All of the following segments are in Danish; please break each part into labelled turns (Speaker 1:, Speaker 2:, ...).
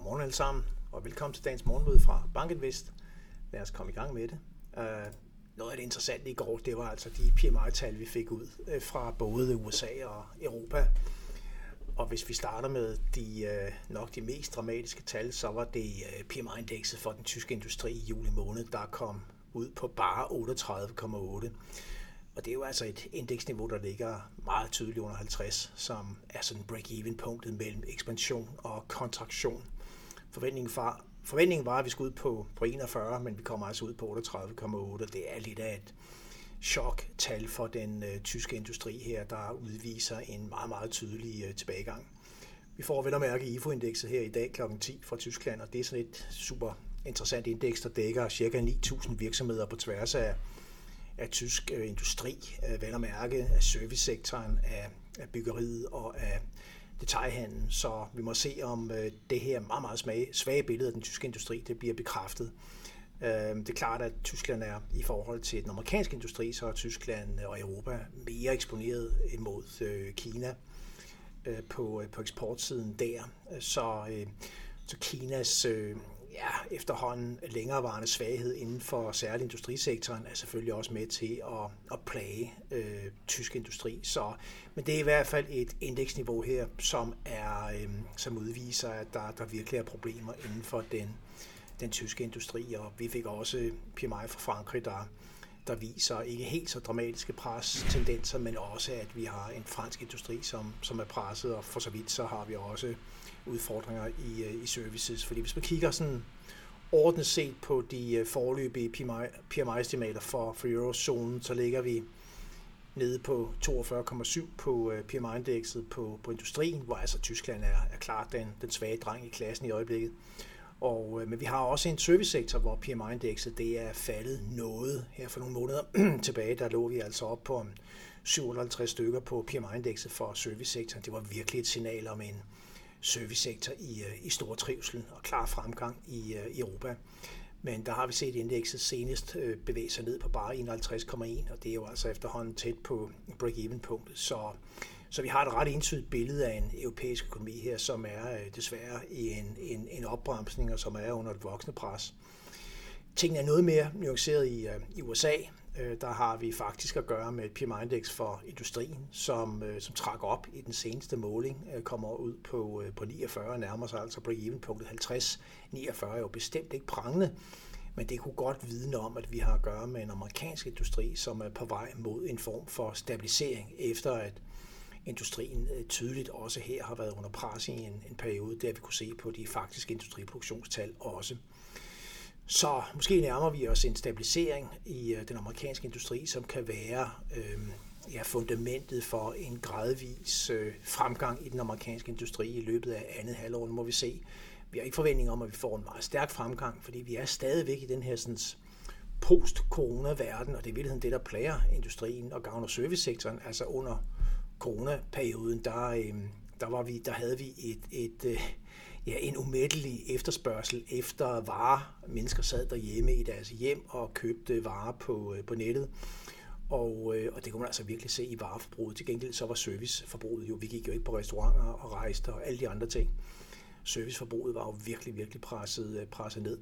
Speaker 1: Godmorgen alle sammen, og velkommen til dagens morgenmøde fra BankInvest. Lad os komme i gang med det. Noget af det interessante i går, det var altså de PMI-tal, vi fik ud fra både USA og Europa. Og hvis vi starter med nok de mest dramatiske tal, så var det PMI-indekset for den tyske industri i juli måned, der kom ud på bare 38,8. Og det er jo altså et indeksniveau, der ligger meget tydeligt under 50, som er sådan break-even-punktet mellem ekspansion og kontraktion. Forventningen var, at vi skulle ud på 41, men vi kommer altså ud på 38,8. Det er lidt af et choktal for den tyske industri her, der udviser en meget, meget tydelig tilbagegang. Vi får vel at mærke IFO-indekset her i dag kl. 10 fra Tyskland, og det er sådan et super interessant indeks, der dækker ca. 9.000 virksomheder på tværs af tysk industri, vel at mærke af servicesektoren, af byggeriet og af detailhandlen. Så vi må se, om det her meget, meget svage billede af den tyske industri, det bliver bekræftet. Det er klart, at Tyskland er i forhold til den amerikanske industri, så er Tyskland og Europa mere eksponeret imod Kina på eksportsiden der. Så Kinas efterhånden længerevarende svaghed inden for særlig industrisektoren er selvfølgelig også med til at plage tysk industri. Men det er i hvert fald et indeksniveau her, som udviser, at der virkelig er problemer inden for den tyske industri. Og vi fik også PMI fra Frankrig, der viser ikke helt så dramatiske tendenser, men også, at vi har en fransk industri, som er presset, og for så vidt så har vi også udfordringer i services. Fordi hvis man kigger sådan ordnet set på de foreløbige PMI-estimater for eurozonen, så ligger vi nede på 42,7 på PMI-indekset på industrien, hvor altså Tyskland er klart den svage dreng i klassen i øjeblikket. Men vi har også en servicesektor, hvor PMI-indekset det er faldet noget. Her for nogle måneder tilbage, der lå vi altså op på 57 stykker på PMI-indekset for servicesektoren. Det var virkelig et signal om en servicesektor i stor trivsel og klar fremgang i Europa. Men der har vi set indekset senest bevæge sig ned på bare 51,1, og det er jo altså efterhånden tæt på break-even-punktet. Så vi har et ret entydigt billede af en europæisk økonomi her, som er desværre i en opbremsning, og som er under et voksende pres. Tingene er noget mere nuanceret i USA. Der har vi faktisk at gøre med et PMI-indeks for industrien, som trak op i den seneste måling, kommer ud på 49, nærmer sig altså break-even-punktet 50. 49 er jo bestemt ikke prangende, men det kunne godt vidne om, at vi har at gøre med en amerikansk industri, som er på vej mod en form for stabilisering, efter at industrien tydeligt også her har været under pres i en periode, der vi kunne se på de faktiske industriproduktionstal også. Så måske nærmer vi os en stabilisering i den amerikanske industri, som kan være fundamentet for en gradvis fremgang i den amerikanske industri i løbet af andet halvår. Nu må vi se. Vi har ikke forventning om, at vi får en meget stærk fremgang, fordi vi er stadigvæk i den her sådan, post-corona-verden, og det er i virkeligheden det, der plager industrien og gavner servicesektoren. Altså under coronaperioden, der havde vi en umættelig efterspørgsel efter varer. Mennesker sad derhjemme i deres hjem og købte varer på nettet. Og det kunne man altså virkelig se i vareforbruget. Til gengæld så var serviceforbruget jo, vi gik jo ikke på restauranter og rejste og alle de andre ting. Serviceforbruget var jo virkelig, virkelig presset ned.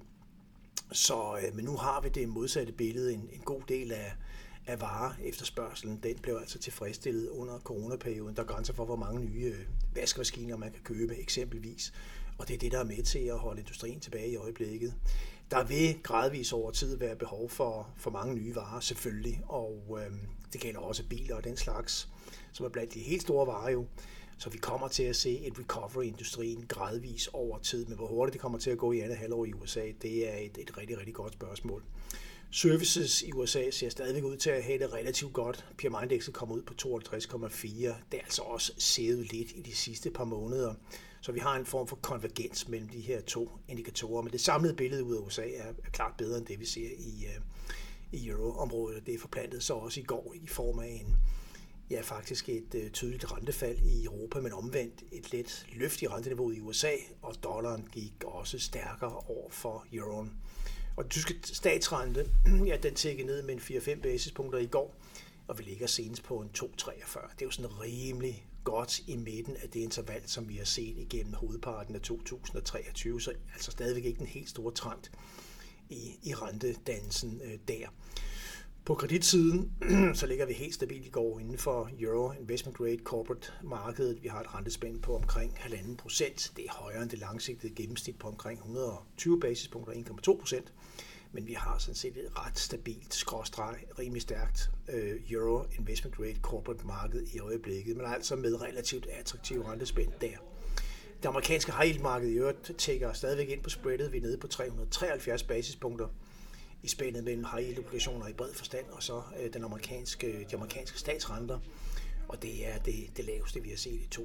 Speaker 1: Men nu har vi det modsatte billede. En god del af varer efterspørgselen, den blev altså tilfredsstillet under coronaperioden. Der er grænser for, hvor mange nye vaskemaskiner man kan købe eksempelvis. Og det er det, der er med til at holde industrien tilbage i øjeblikket. Der vil gradvis over tid være behov for mange nye varer, selvfølgelig. Og det gælder også biler og den slags, som er blandt de helt store varer jo. Så vi kommer til at se et recovery i industrien gradvis over tid. Men hvor hurtigt det kommer til at gå i andet halvår i USA, det er et rigtig, rigtig godt spørgsmål. Services i USA ser stadigvæk ud til at have det relativt godt. PMI-indekset kommer ud på 52,4. Det er altså også sædet lidt i de sidste par måneder. Så vi har en form for konvergens mellem de her to indikatorer. Men det samlede billede ud af USA er klart bedre end det, vi ser i euroområdet. Det er forplantet så også i går i form af faktisk et tydeligt rentefald i Europa, men omvendt et let løft i renteniveauet i USA, og dollaren gik også stærkere over for euroen. Og den tyske statsrente, den tækkede ned med en 4-5 basispunkter i går, og vi ligger senest på en 2,43. Det er jo sådan rimelig godt i midten af det interval, som vi har set igennem hovedparten af 2023, så altså stadigvæk ikke den helt store trend i rentedannelsen der. På kreditsiden, så ligger vi helt stabilt i går inden for Euro Investment Grade Corporate markedet. Vi har et rentespænd på omkring 1,5%. Det er højere end det langsigtede gennemsnit på omkring 120 basispunkter, 1,2%. Men vi har sådan set et ret stabilt, rimelig stærkt Euro Investment Grade Corporate marked i øjeblikket, men altså med relativt attraktive rentespænd der. Det amerikanske high yield marked i øvrigt tækker stadigvæk ind på spreadet. Vi er nede på 373 basispunkter i spændet mellem high yield obligationer i bred forstand, og så de amerikanske statsrenter. Og det er det laveste, vi har set i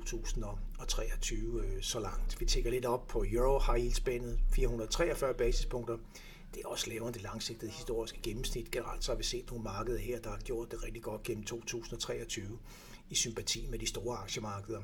Speaker 1: 2023 så langt. Vi tækker lidt op på euro high yield spændet, 443 basispunkter. Det er også lavere end det langsigtede historiske gennemsnit. Generelt så har vi set nogle markeder her, der har gjort det rigtig godt gennem 2023 i sympati med de store aktiemarkeder.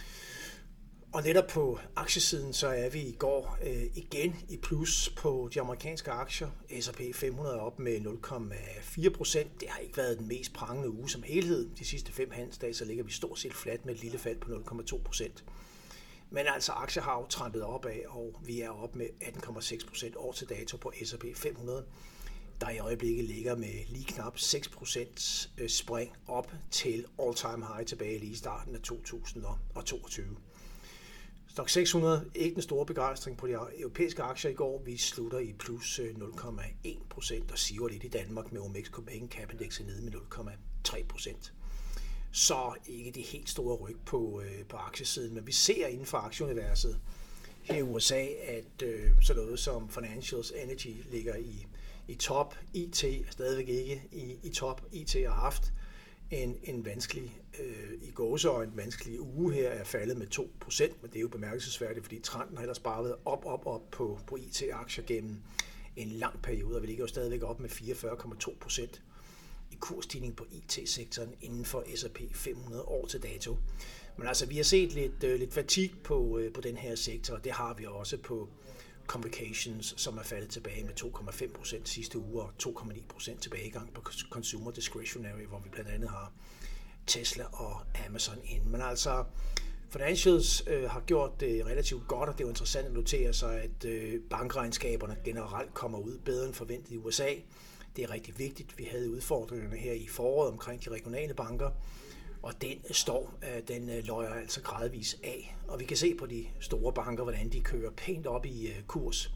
Speaker 1: Og netop på aktiesiden, så er vi i går igen i plus på de amerikanske aktier. S&P 500 er op med 0,4%. Det har ikke været den mest prangende uge som helhed. De sidste 5 handelsdage, så ligger vi stort set fladt med et lille fald på 0,2%. Men altså aktier har jo trampet opad, og vi er oppe med 18,6% år til dato på S&P 500, der i øjeblikket ligger med lige knap 6% spring op til all-time high tilbage lige i starten af 2022. Stoxx 600, ikke den store begejstring på de europæiske aktier i går. Vi slutter i plus 0,1% og siver lidt i Danmark med OMX Copenhagen Cap Index nede med 0,3%. Så ikke det helt store ryg på aktiesiden, men vi ser inden for aktieuniverset her i USA, at sådan noget som Financials Energy ligger i top. IT er stadigvæk ikke i top. IT har haft en vanskelig en vanskelig uge her, er faldet med 2%, men det er jo bemærkelsesværdigt, fordi trenden har ellers bare været op på IT-aktier gennem en lang periode, og vi ligger jo stadigvæk op med 44,2% i kursstigning på IT-sektoren inden for S&P 500 år til dato. Men altså, vi har set lidt fatigue på den her sektor, og det har vi også på Communications, som er faldet tilbage med 2,5% sidste uge og 2,9% tilbagegang på Consumer Discretionary, hvor vi blandt andet har Tesla og Amazon inde. Men altså, Financials har gjort det relativt godt, og det er jo interessant at notere sig, at bankregnskaberne generelt kommer ud bedre end forventet i USA. Det er rigtig vigtigt. Vi havde udfordringerne her i foråret omkring de regionale banker, og den løjer altså gradvis af. Og vi kan se på de store banker, hvordan de kører pænt op i kurs.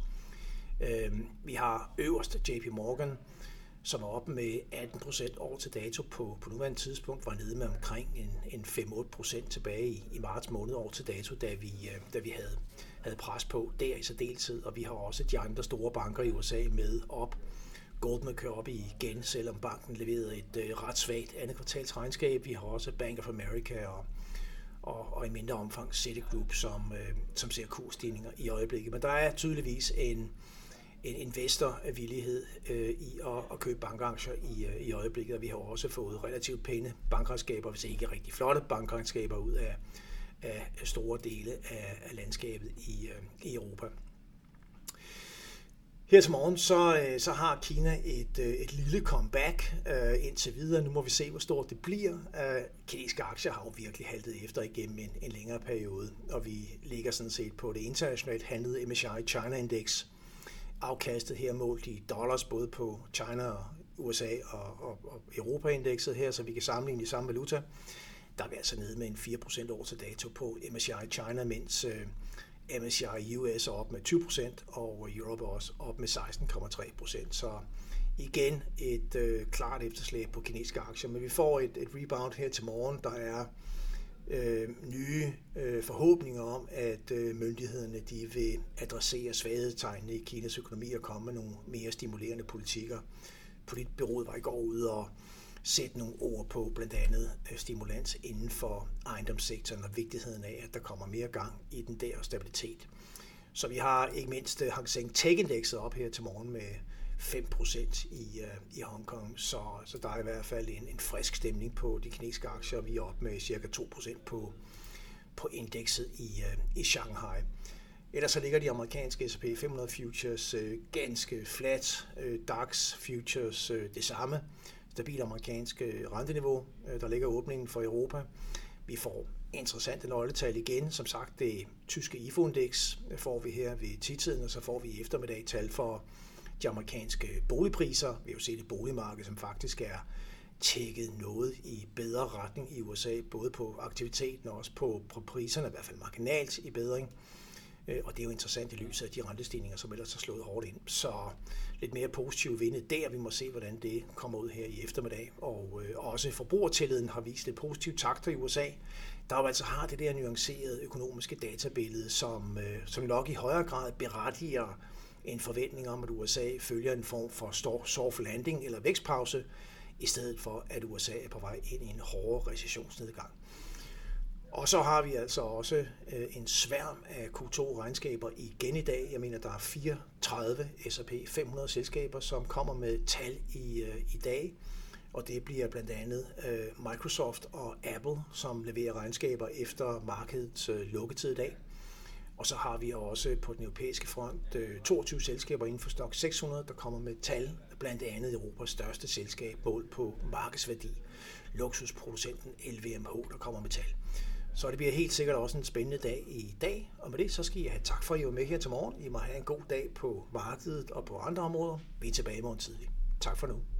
Speaker 1: Vi har øverst JP Morgan, som er oppe med 18% år til dato på nuværende tidspunkt, var nede med omkring en 5-8% tilbage i marts måned år til dato, da vi havde pres på der i særdeleshed. Og vi har også de andre store banker i USA med op. Goldman kører op igen, selvom banken leverede et ret svagt andet kvartalsregnskab. Vi har også Bank of America og i mindre omfang Citigroup, som ser kursstigninger i øjeblikket. Men der er tydeligvis en investorvillighed i at købe bankaktier i øjeblikket, og vi har også fået relativt pæne bankregnskaber, hvis ikke rigtig flotte bankregnskaber ud af store dele af landskabet i Europa. Her til morgen så har Kina et lille comeback indtil videre. Nu må vi se, hvor stort det bliver. Kinesiske aktier har jo virkelig haltet efter igennem en længere periode, og vi ligger sådan set på det internationalt handlede MSCI China Index. Afkastet her målt i dollars, både på China og USA og Europa-indekset her, så vi kan sammenligne de samme valuta. Der er vi altså nede med en 4% år til dato på MSCI China, mens MSCI US er op med 20%, og Europe også op med 16,3%. Så igen et klart efterslæb på kinesiske aktier, men vi får et rebound her til morgen. Der er nye forhåbninger om, at myndighederne de vil adressere svaghedstegnene i Kinas økonomi og komme med nogle mere stimulerende politikker. Politbureauet var i går ude og sætte nogle ord på blandt andet stimulans inden for ejendomssektoren og vigtigheden af, at der kommer mere gang i den der stabilitet. Så vi har ikke mindst Hang Seng Tech-indekset op her til morgen med 5% i Hongkong, så der er i hvert fald en frisk stemning på de kinesiske aktier. Vi er op med cirka 2% på indekset i Shanghai. Ellers så ligger de amerikanske S&P 500 futures ganske flat, DAX futures det samme. Stabilt amerikansk renteniveau, der ligger åbningen for Europa. Vi får interessante nøgletal igen. Som sagt, det tyske IFO-indeks får vi her ved 10-tiden, og så får vi i eftermiddag tal for de amerikanske boligpriser. Vi har jo set et boligmarked, som faktisk er tjekket noget i bedre retning i USA, både på aktiviteten og også på priserne, i hvert fald marginalt i bedring. Og det er jo interessant i lyset af de rentestigninger, som ellers har slået hårdt ind. Så lidt mere positive vinde der. Vi må se, hvordan det kommer ud her i eftermiddag. Og også forbrugertilliden har vist lidt positive takter i USA. Der jo altså har det der nuancerede økonomiske databillede, som nok i højere grad berettiger en forventning om, at USA følger en form for soft landing eller vækstpause, i stedet for at USA er på vej ind i en hårdere recessionsnedgang. Og så har vi altså også en sværm af Q2-regnskaber igen i dag. Jeg mener, der er 34 S&P 500 selskaber, som kommer med tal i dag. Og det bliver blandt andet Microsoft og Apple, som leverer regnskaber efter markedets lukketid i dag. Og så har vi også på den europæiske front 22 selskaber inden for Stoxx 600, der kommer med tal, blandt andet Europas største selskab, målt på markedsværdi, luksusproducenten LVMH, der kommer med tal. Så det bliver helt sikkert også en spændende dag i dag, og med det så skal I have tak for, at I var med her til morgen. I må have en god dag på markedet og på andre områder. Vi er tilbage i morgen tidlig. Tak for nu.